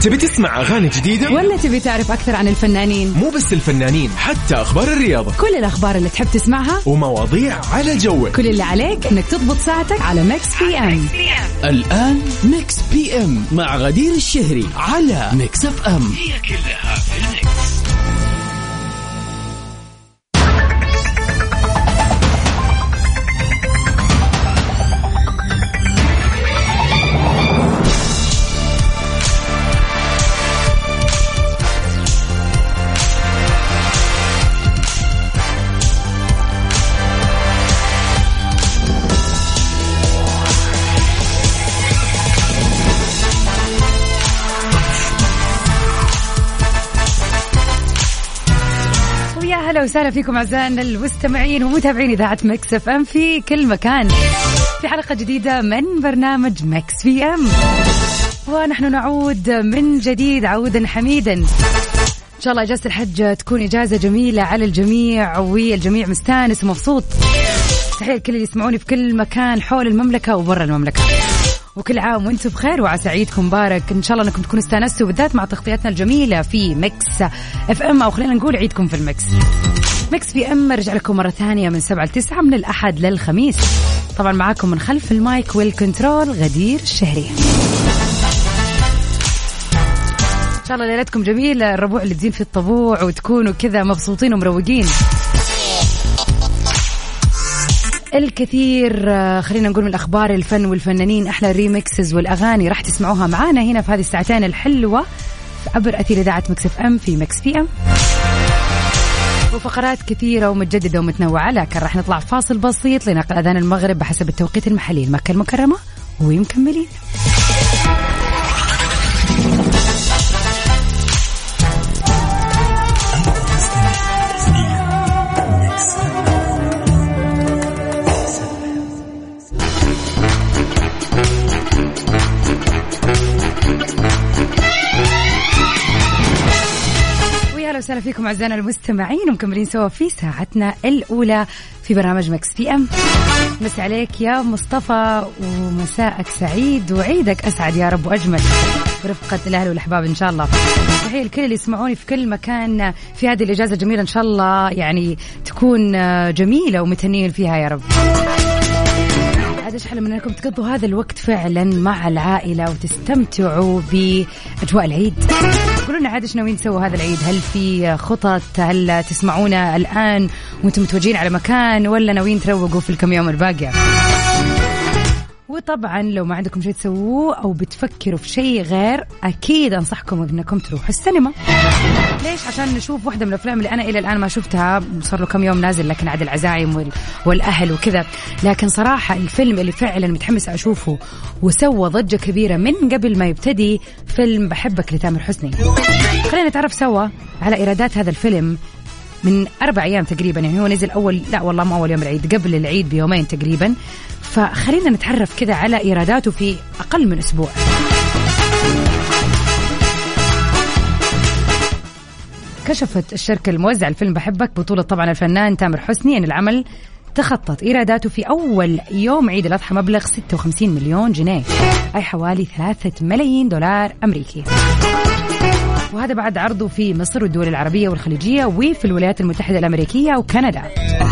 تبي تسمع أغاني جديدة ولا تبي تعرف أكثر عن الفنانين؟ مو بس الفنانين، حتى أخبار الرياضة، كل الأخبار اللي تحب تسمعها ومواضيع على جوك. كل اللي عليك إنك تضبط ساعتك على ميكس بي ام. الآن ميكس بي ام مع غدير الشهري على ميكس اف ام. هي كلها في الميكس. أهلا وسهلا فيكم أعزائنا المستمعين ومتابعين إذاعة ميكس اف ام في كل مكان، في حلقة جديدة من برنامج ميكس بي ام، ونحن نعود من جديد عودا حميدا. إن شاء الله إجازة الحج تكون إجازة جميلة على الجميع، والجميع مستانس ومبسوط. تحية لكل اللي يسمعوني في كل مكان حول المملكة وبرا المملكة، وكل عام وانتم بخير وعسى عيدكم مبارك. ان شاء الله انكم تكونوا استانستوا بالذات مع تغطياتنا الجميله في ميكس اف ام، او خلينا نقول عيدكم في الميكس. ميكس بي ام رجع لكم مره ثانيه من 7 ل 9 من الاحد للخميس. طبعا معاكم من خلف المايك والكنترول غدير الشهري. ان شاء الله ليلتكم جميله، الربوع اللي تزين في الطبوع وتكونوا كذا مبسوطين ومروقين. الكثير خلينا نقول من الأخبار، الفن والفنانين، أحلى الريمكسز والأغاني راح تسمعوها معانا هنا في هذه الساعتين الحلوة عبر أثير إذاعة ميكس اف ام في ميكس بي ام، وفقرات كثيرة ومتجددة ومتنوعة. لكن راح نطلع فاصل بسيط لنقل أذان المغرب بحسب التوقيت المحلي لمكة المكرمة ومكملين. وسهلا فيكم أعزائنا المستمعين ومكملين سوا في ساعتنا الأولى في برنامج ميكس بي ام. مساء عليك يا مصطفى، ومساءك سعيد وعيدك أسعد يا رب وأجمل برفقة الأهل والأحباب إن شاء الله. تحية لكل اللي يسمعوني في كل مكان في هذه الإجازة الجميلة، إن شاء الله يعني تكون جميلة ومتهنين فيها يا رب. عاد أحلى من أنكم تقضوا هذا الوقت فعلا مع العائلة وتستمتعوا بأجواء العيد. قولوا لنا عاد ايش ناويين تسووا هذا العيد؟ هل في خطط؟ هل تسمعونا الآن وانتم متوجهين على مكان، ولا ناويين تروقوا في الكم يوم الباقية؟ وطبعا لو ما عندكم شيء تسووه أو بتفكروا في شيء غير، أكيد أنصحكم أنكم تروحوا السينما. ليش؟ عشان نشوف واحدة من الأفلام اللي أنا إلى الآن ما شفتها، صار له كم يوم نازل لكن عاد العزايم والأهل وكذا. لكن صراحة الفيلم اللي فعلا متحمس أشوفه وسوى ضجة كبيرة من قبل ما يبتدي، فيلم بحبك لتامر حسني. خلينا نتعرف سوا على إيرادات هذا الفيلم من 4 أيام تقريبا، يعني هو نزل لا والله ما أول يوم العيد، قبل العيد بيومين تقريبا. فخلينا نتعرف كذا على إيراداته في أقل من أسبوع. كشفت الشركة الموزعة الفيلم بحبك بطولة طبعا الفنان تامر حسني أن العمل تخطط إيراداته في أول يوم عيد الأضحى مبلغ 56 مليون جنيه، أي حوالي 3 ملايين دولار أمريكي، وهذا بعد عرضه في مصر والدول العربية والخليجية وفي الولايات المتحدة الأمريكية وكندا.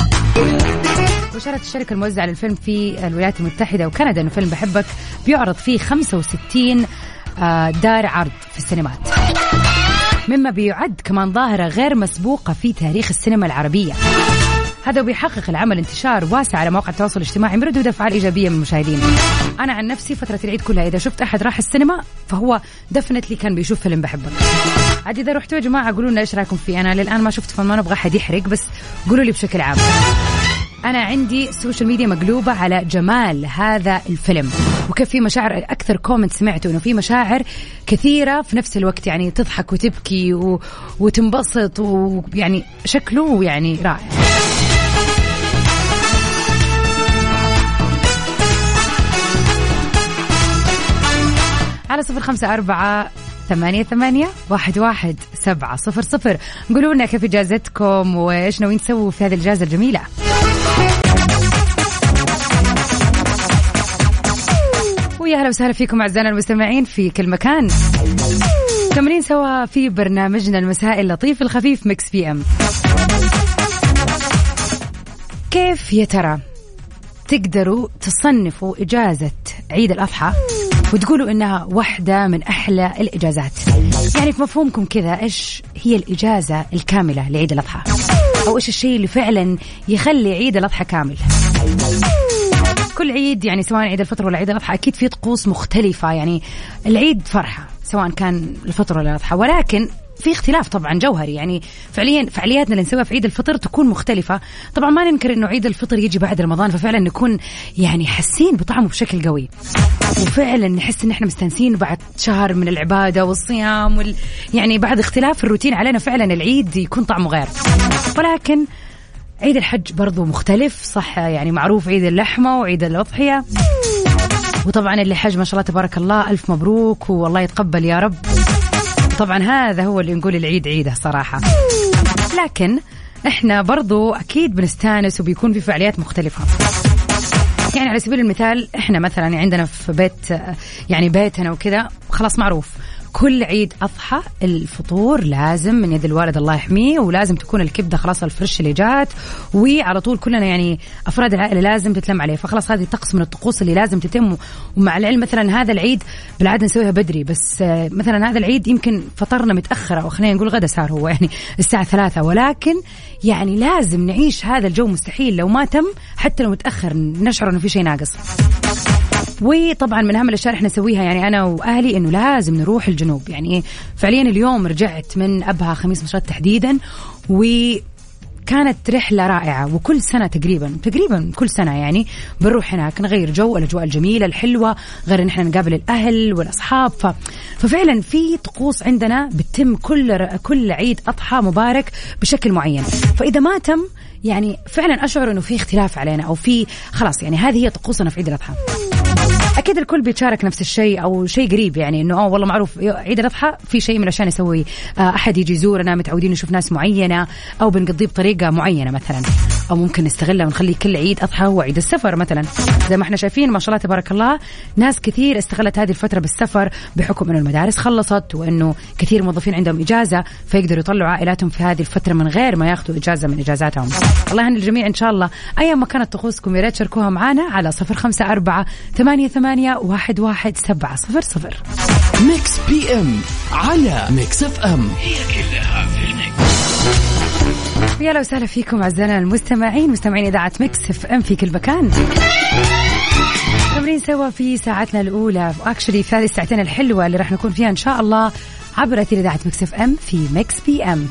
وشارت الشركة الموزعة للفيلم في الولايات المتحدة وكندا أن فيلم بحبك بيعرض فيه 65 دار عرض في السينمات، مما بيعد كمان ظاهرة غير مسبوقة في تاريخ السينما العربية. هذا بيحقق العمل انتشار واسع على مواقع التواصل الاجتماعي من ردود أفعال إيجابية من المشاهدين. أنا عن نفسي فترة العيد كلها إذا شفت أحد راح السينما فهو دفنتلي كان بيشوف فيلم بحبك. عاد إذا رحتوا يا جماعة قولوا لنا إيش رأيكم فيه. أنا للآن ما شفت، فما نبغى أحد يحرق، بس قولوا لي بشكل عام. أنا عندي السوشيال ميديا مقلوبة على جمال هذا الفيلم، وكيف في مشاعر. أكثر كومنت سمعته إنه في مشاعر كثيرة في نفس الوقت، يعني تضحك وتبكي وتنبسط، ويعني شكله يعني رائع. على 0548811700 قولوا لنا كيف إجازتكم وإيش ناويين تسووا في هذه الإجازة الجميلة. ويا هلا وسهلا فيكم أعزائنا المستمعين في كل مكان. كملين سوا في برنامجنا المسائي اللطيف الخفيف ميكس بي ام. كيف يا ترى تقدروا تصنفوا إجازة عيد الأضحى وتقولوا إنها واحدة من أحلى الإجازات؟ يعني في مفهومكم كذا إيش هي الإجازة الكاملة لعيد الأضحى، أو إيش الشيء اللي فعلا يخلي عيد الأضحى كامل؟ كل عيد يعني سواء عيد الفطر ولا عيد الأضحى أكيد في طقوس مختلفة. يعني العيد فرحة سواء كان الفطر ولا الأضحى، ولكن في اختلاف طبعا جوهري. يعني فعليا فعالياتنا اللي نسويها في عيد الفطر تكون مختلفة. طبعا ما ننكر انه عيد الفطر يجي بعد رمضان، ففعلا نكون يعني حاسين بطعمه بشكل قوي، وفعلا نحس ان احنا مستانسين بعد شهر من العبادة والصيام يعني بعد اختلاف الروتين علينا فعلا العيد يكون طعمه غير. ولكن عيد الحج برضو مختلف صح، يعني معروف عيد اللحمة وعيد الأضحية، وطبعا اللي حج ما شاء الله تبارك الله ألف مبروك والله يتقبل يا رب. طبعا هذا هو اللي نقول العيد عيده صراحة. لكن احنا برضو اكيد بنستانس وبيكون في فعاليات مختلفة. يعني على سبيل المثال احنا مثلا عندنا في بيت يعني بيتنا وكذا خلاص معروف كل عيد أضحى الفطور لازم من يد الوالد الله يحميه، ولازم تكون الكبدة خلاص الفرش اللي جات، وعلى طول كلنا يعني أفراد العائلة لازم تتلم عليه. فخلاص هذه طقس من الطقوس اللي لازم تتم. ومع العلم مثلا هذا العيد بالعادة نسويها بدري، بس مثلا هذا العيد يمكن فطرنا متأخرة، أو خلينا نقول غدا صار هو يعني الساعة 3، ولكن يعني لازم نعيش هذا الجو. مستحيل لو ما تم حتى لو متأخر نشعر إنه في شيء ناقص. وطبعا من أهم الأشياء احنا نسويها يعني أنا وأهلي إنه لازم نروح الجنوب. يعني فعليا اليوم رجعت من أبها خميس مشهد تحديدا، وكانت رحلة رائعة. وكل سنة تقريبا كل سنة يعني بنروح هناك نغير جو، الأجواء الجميلة الحلوة، غير إن احنا نقابل الأهل والأصحاب. ففعلا في طقوس عندنا بتتم كل عيد أضحى مبارك بشكل معين. فإذا ما تم يعني فعلا أشعر إنه في اختلاف علينا، أو في خلاص يعني هذه هي طقوسنا في عيد الأضحى. أكيد الكل بيتشارك نفس الشيء أو شيء قريب، يعني إنه والله معروف عيد الأضحى في شيء من الأشياء نسوي، أحد يجي يزورنا، متعودين نشوف ناس معينة، أو بنقضيه بطريقة معينة مثلا، أو ممكن نستغلها ونخلي كل عيد أضحى هو عيد السفر مثلا. زي ما احنا شايفين ما شاء الله تبارك الله ناس كثير استغلت هذه الفترة بالسفر بحكم إنه المدارس خلصت، وإنه كثير موظفين عندهم إجازة فيقدروا يطلعوا عائلاتهم في هذه الفترة من غير ما ياخذوا إجازة من إجازاتهم. الله يهني الجميع إن شاء الله. أي ما كانت طقوسكم يا ريت تشاركوها معنا على 0548811700. ميكس بي ام على ميكس اف ام، هي كلها في الميكس. يا لو وسهلا فيكم أعزائنا المستمعين، مستمعين إذاعة ميكس اف ام في كل مكان. تمرين سوا في ساعتنا الأولى، وأكشلي في هذه الساعتين الحلوة اللي راح نكون فيها إن شاء الله عبر أثير إذاعة ميكس اف ام في ميكس بي ام.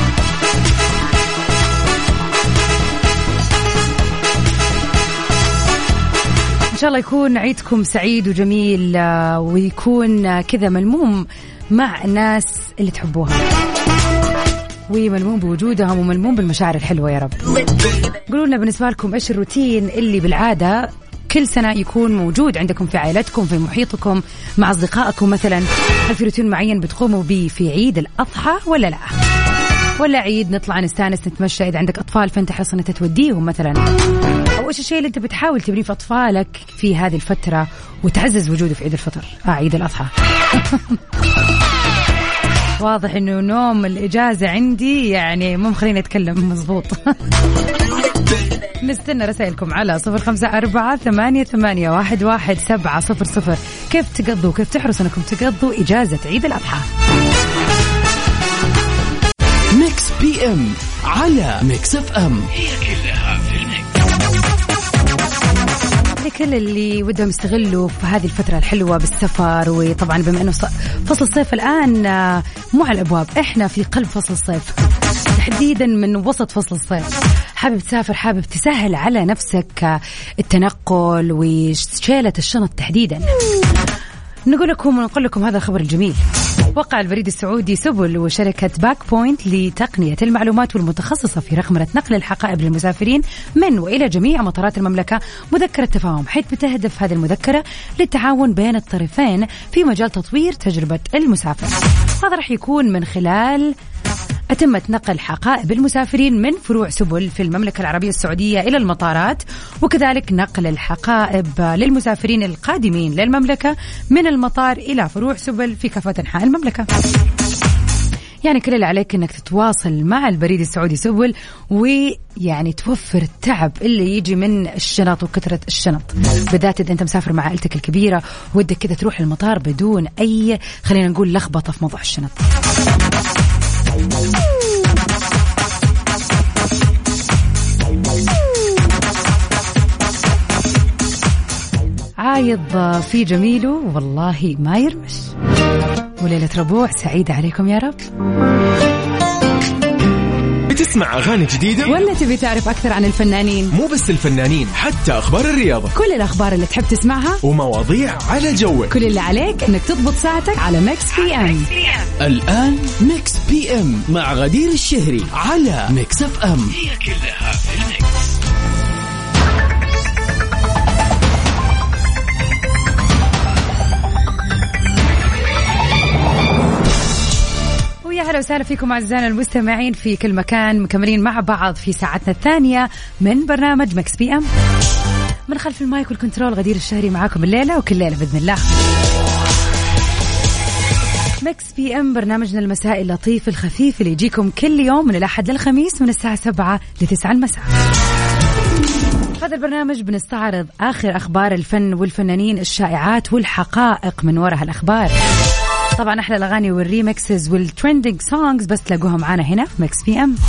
إن شاء الله يكون عيدكم سعيد وجميل، ويكون كذا ملموم مع الناس اللي تحبوها، وملموم بوجودهم، وملموم بالمشاعر الحلوة يا رب. قولوا لنا بالنسبة لكم إيش الروتين اللي بالعادة كل سنة يكون موجود عندكم في عائلتكم، في محيطكم، مع أصدقائكم مثلا؟ هل في روتين معين بتقوموا به في عيد الأضحى ولا لا؟ ولا عيد نطلع نستانس نتمشى؟ إذا عندك أطفال فأنت حريص أنك توديهم مثلا، أو إيش الشيء اللي أنت بتحاول تبنيه في أطفالك في هذه الفترة وتعزز وجوده في عيد الفطر عيد الأضحى؟ واضح إنه نوم الإجازة عندي يعني مو مخليني أتكلم مزبوط. نستنى رسائلكم على 0548811700. كيف تقضوا، كيف تحرصوا أنكم تقضوا إجازة عيد الأضحى؟ ميكس بي ام على ميكس اف ام، هي كلها في الميكس. لكل اللي ودهم يستغلوا في هذه الفترة الحلوة بالسفر، وطبعا بما أنه فصل الصيف الآن مو على الأبواب، إحنا في قلب فصل الصيف تحديدا من وسط فصل الصيف. حابب تسافر، حابب تسهل على نفسك التنقل وشيلة الشنط تحديدا، نقول لكم ونقول لكم هذا الخبر الجميل. وقع البريد السعودي سبل وشركة باك بوينت لتقنية المعلومات والمتخصصة في رقمنة نقل الحقائب للمسافرين من وإلى جميع مطارات المملكة مذكرة تفاهم، حيث بتهدف هذه المذكرة للتعاون بين الطرفين في مجال تطوير تجربة المسافر. هذا راح يكون من خلال أتمت نقل حقائب المسافرين من فروع سبل في المملكة العربية السعودية إلى المطارات، وكذلك نقل الحقائب للمسافرين القادمين للمملكة من المطار إلى فروع سبل في كافة أنحاء المملكة. يعني كل اللي عليك انك تتواصل مع البريد السعودي سبل، ويعني توفر التعب اللي يجي من الشنط وكثرة الشنط، بالذات اذا انت مسافر مع عائلتك الكبيرة ودك كذا تروح المطار بدون اي خلينا نقول لخبطة في موضوع الشنط. عايض في جميله والله ما يرمش. وليلة ربوع سعيدة عليكم يا رب. بتسمع أغاني جديدة ولا تبي تعرف أكثر عن الفنانين؟ مو بس الفنانين، حتى أخبار الرياضة، كل الأخبار اللي تحب تسمعها ومواضيع على جوك. كل اللي عليك إنك تضبط ساعتك على ميكس بي ام. الآن ميكس بي ام مع غدير الشهري على ميكس اف ام. هي كلها في الميكس. أهلا وسهلا فيكم أعزائنا المستمعين في كل مكان، مكملين مع بعض في ساعتنا الثانية من برنامج ميكس بي ام. من خلف المايك والكنترول غدير الشهري معاكم الليلة وكل ليلة بإذن الله. ميكس بي ام برنامجنا المسائي اللطيف الخفيف اللي يجيكم كل يوم من الأحد للخميس من الساعة 7 ل9 المساء. هذا البرنامج بنستعرض آخر أخبار الفن والفنانين، الشائعات والحقائق من وراء الأخبار. طبعا أحلى الأغاني والريمكسز والترندينج سونجز بس تلاقوها معنا هنا في ميكس بي ام.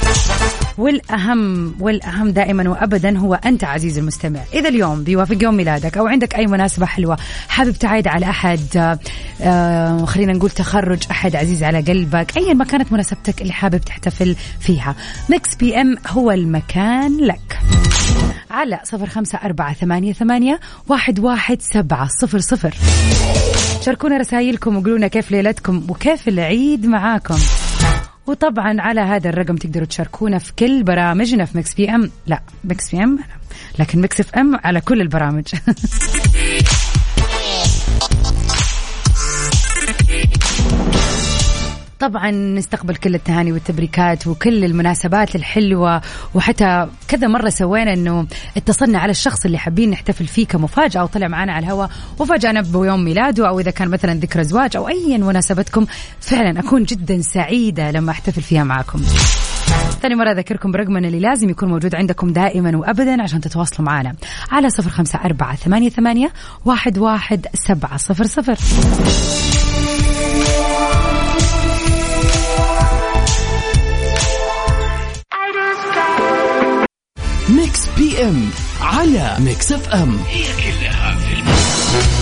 والأهم دائما وأبدا هو أنت عزيز المستمع، إذا اليوم بيوافق يوم ميلادك أو عندك أي مناسبة حلوة حابب تعيد على أحد، خلينا نقول تخرج أحد عزيز على قلبك، أي ما كانت مناسبتك اللي حابب تحتفل فيها، ميكس بي ام هو المكان لك. على 0548811700 شاركونا رسائلكم وقولونا كيف ليلتكم وكيف العيد معاكم. وطبعا على هذا الرقم تقدروا تشاركونا في كل برامجنا في ميكس بي ام، لا ميكس بي ام لكن ميكس اف ام على كل البرامج. طبعا نستقبل كل التهاني والتبريكات وكل المناسبات الحلوة، وحتى كذا مرة سوينا انه اتصلنا على الشخص اللي حابين نحتفل فيه كمفاجأة وطلع معنا على الهواء وفاجأنا بيوم ميلاده، او اذا كان مثلا ذكرى زواج او اي مناسبتكم، فعلا اكون جدا سعيدة لما احتفل فيها معكم. ثاني مرة أذكركم برقمنا اللي لازم يكون موجود عندكم دائما وأبدا عشان تتواصلوا معنا على 0548811700. ميكس بي ام على ميكس اف ام. هي كلها في الميكس.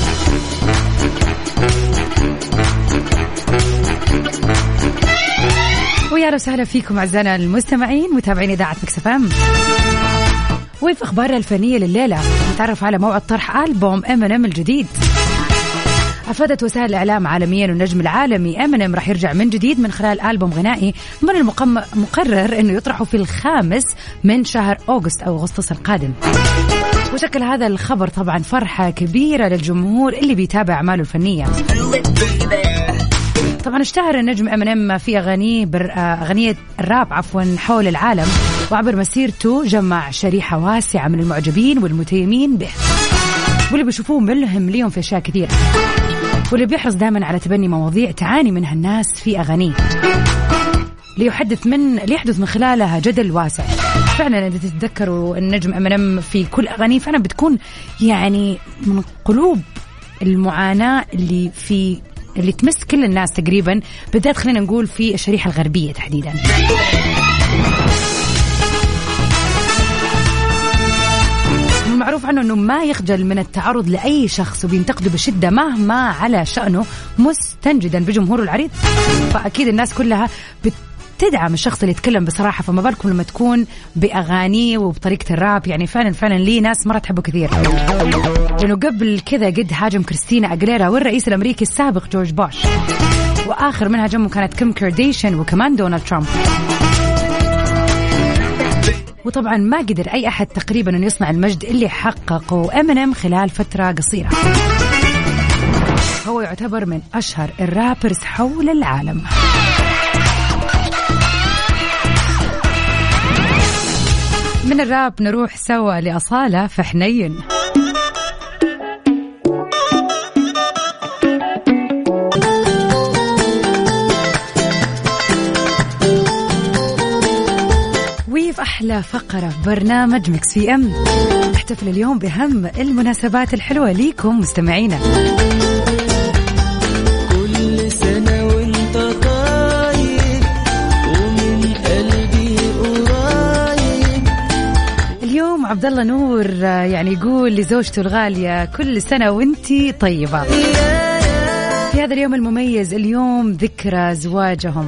ويا اهلا وسهلا فيكم اعزائنا المستمعين متابعين اذاعه ميكس اف ام. وفي اخبارنا الفنيه لليله نتعرف على موعد طرح البوم امينيم الجديد. أفادت وسائل الإعلام عالميا النجم العالمي امينيم راح يرجع من جديد من خلال ألبوم غنائي من المقرر أنه يطرحه في 5 من شهر أغسطس القادم. وشكل هذا الخبر طبعا فرحة كبيرة للجمهور اللي بيتابع أعماله الفنية. طبعا اشتهر النجم امينيم في أغنية الراب حول العالم، وعبر مسيرته جمع شريحة واسعة من المعجبين والمتيمين به، واللي بيشوفوه ملهم ليهم في أشياء كثيرة، واللي بيحرص دائما على تبني مواضيع تعاني منها الناس في أغانيه ليحدث من خلالها جدل واسع. فعلا إذا تتذكروا النجم امينيم في كل أغانيه فعلا بتكون يعني من قلوب المعاناة اللي تمس كل الناس تقريبا، بالذات خلينا نقول في الشريحة الغربية تحديدا. معروف عنه أنه ما يخجل من التعرض لأي شخص وبينتقده بشدة مهما على شأنه، مستنجدا بجمهوره العريض. فأكيد الناس كلها بتدعم الشخص اللي يتكلم بصراحة، فما بالكم لما تكون بأغانيه وبطريقة الراب. يعني فعلا ليه ناس مرة تحبه كثير، لأنه قبل كذا قد هاجم كريستينا أغليرا والرئيس الأمريكي السابق جورج بوش، وآخر من هاجمهم كانت كيم كارديشيان وكمان دونالد ترامب. وطبعا ما قدر أي أحد تقريبا أن يصنع المجد اللي حققه امينيم خلال فترة قصيرة. هو يعتبر من أشهر الرابرز حول العالم. من الراب نروح سوا لأصالة في حنين. وفي أحلى فقرة في برنامج ميكس في أم نحتفل اليوم بأهم المناسبات الحلوة ليكم مستمعينا. كل سنة وانت طيب ومن قلبي قريب. اليوم عبد الله نور يعني يقول لزوجته الغالية كل سنة وانتي طيبة. في هذا اليوم المميز، اليوم ذكرى زواجهم،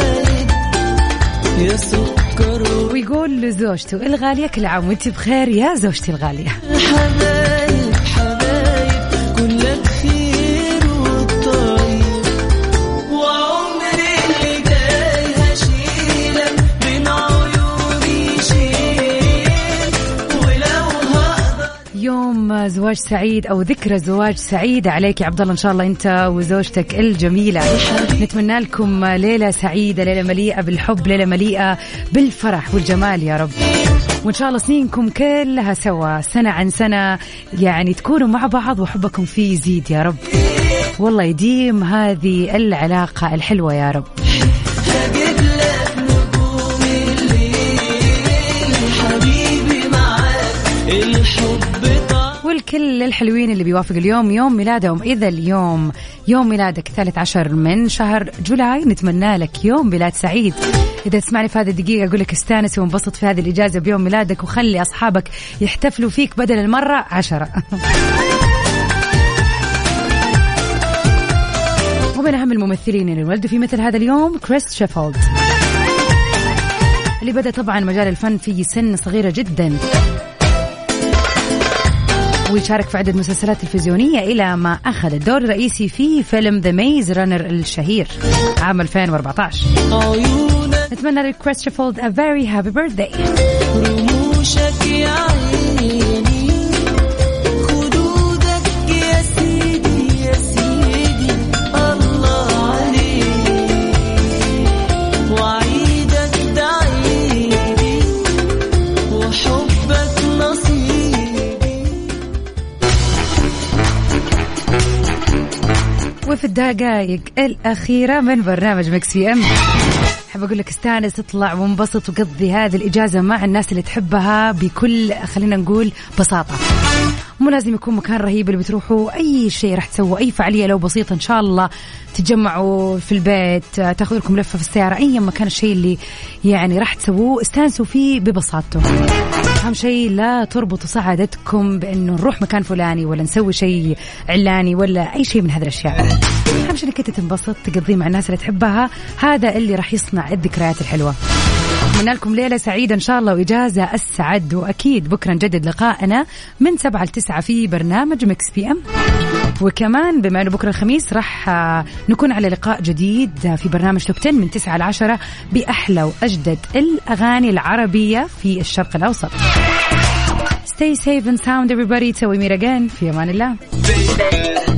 ويقول لزوجته الغالية كل عام وانتي بخير يا زوجتي الغالية. حبايب حبايب كلك خير والطيب، وعمري اللي جاي هشيلك بين عيوني شيل، ولو هقدر. يوم زواج سعيد أو ذكرى زواج سعيدة عليك يا عبد الله، إن شاء الله أنت وزوجتك الجميلة. نتمنى لكم ليلة سعيدة، ليلة مليئة بالحب، ليلة مليئة بالفرح والجمال يا رب. وإن شاء الله سنينكم كلها سوا، سنة عن سنة يعني تكونوا مع بعض وحبكم فيه يزيد يا رب، والله يديم هذه العلاقة الحلوة يا رب. هجيب لك نجوم الليل حبيبي معاك الحب والكل الحلوين اللي بيوافق اليوم يوم ميلادهم. إذا اليوم يوم ميلادك 13 من شهر جولاي، نتمنى لك يوم ميلاد سعيد. إذا تسمعني في هذه الدقيقة أقول لك استانس وانبسط في هذه الإجازة بيوم ميلادك، وخلي أصحابك يحتفلوا فيك بدل المرة 10. ومن أهم الممثلين اللي ولدوا في مثل هذا اليوم كريس شيفيلد، اللي بدأ طبعا مجال الفن في سن صغيرة جدا، ويشارك في عدة مسلسلات تلفزيونية إلى ما أخذ الدور الرئيسي في فيلم The Maze Runner الشهير عام 2014. نتمنى لكريس شيفيلد a very happy birthday. رموشك يا عيني، خدودك يا سيدي يا سيدي الله عليك، وعيدك ده عيدي وحبك نصيبي. وفي الدقائق الأخيرة من برنامج ميكس في أم، أحب أقول لك استانس، اطلع وانبسط وقضي هذه الإجازة مع الناس اللي تحبها بكل خلينا نقول بساطة. مو لازم يكون مكان رهيب اللي بتروحوا، أي شيء راح تسووا، أي فعالية لو بسيطة إن شاء الله، تتجمعوا في البيت، تاخذ لكم لفة في السيارة، أي مكان الشيء اللي يعني راح تسووه استانسوا فيه ببساطته. أهم شيء لا تربطوا سعادتكم بأنه نروح مكان فلاني ولا نسوي شيء علاني ولا أي شيء من هذه الأشياء. أهم شيء إنك تنبسط، تقضي مع الناس اللي تحبها، هذا اللي راح يصنع الذكريات الحلوة. أتمنى لكم ليلة سعيدة إن شاء الله وإجازة أسعد، وأكيد بكرة نجدد لقائنا من 7 ل 9 في برنامج ميكس بي أم. وكمان بما أنه بكرة الخميس راح نكون على لقاء جديد في برنامج توب 10 من 9 ل 10 بأحلى وأجدد الأغاني العربية في الشرق الأوسط. Stay safe and sound everybody. till we meet again. في أمان الله.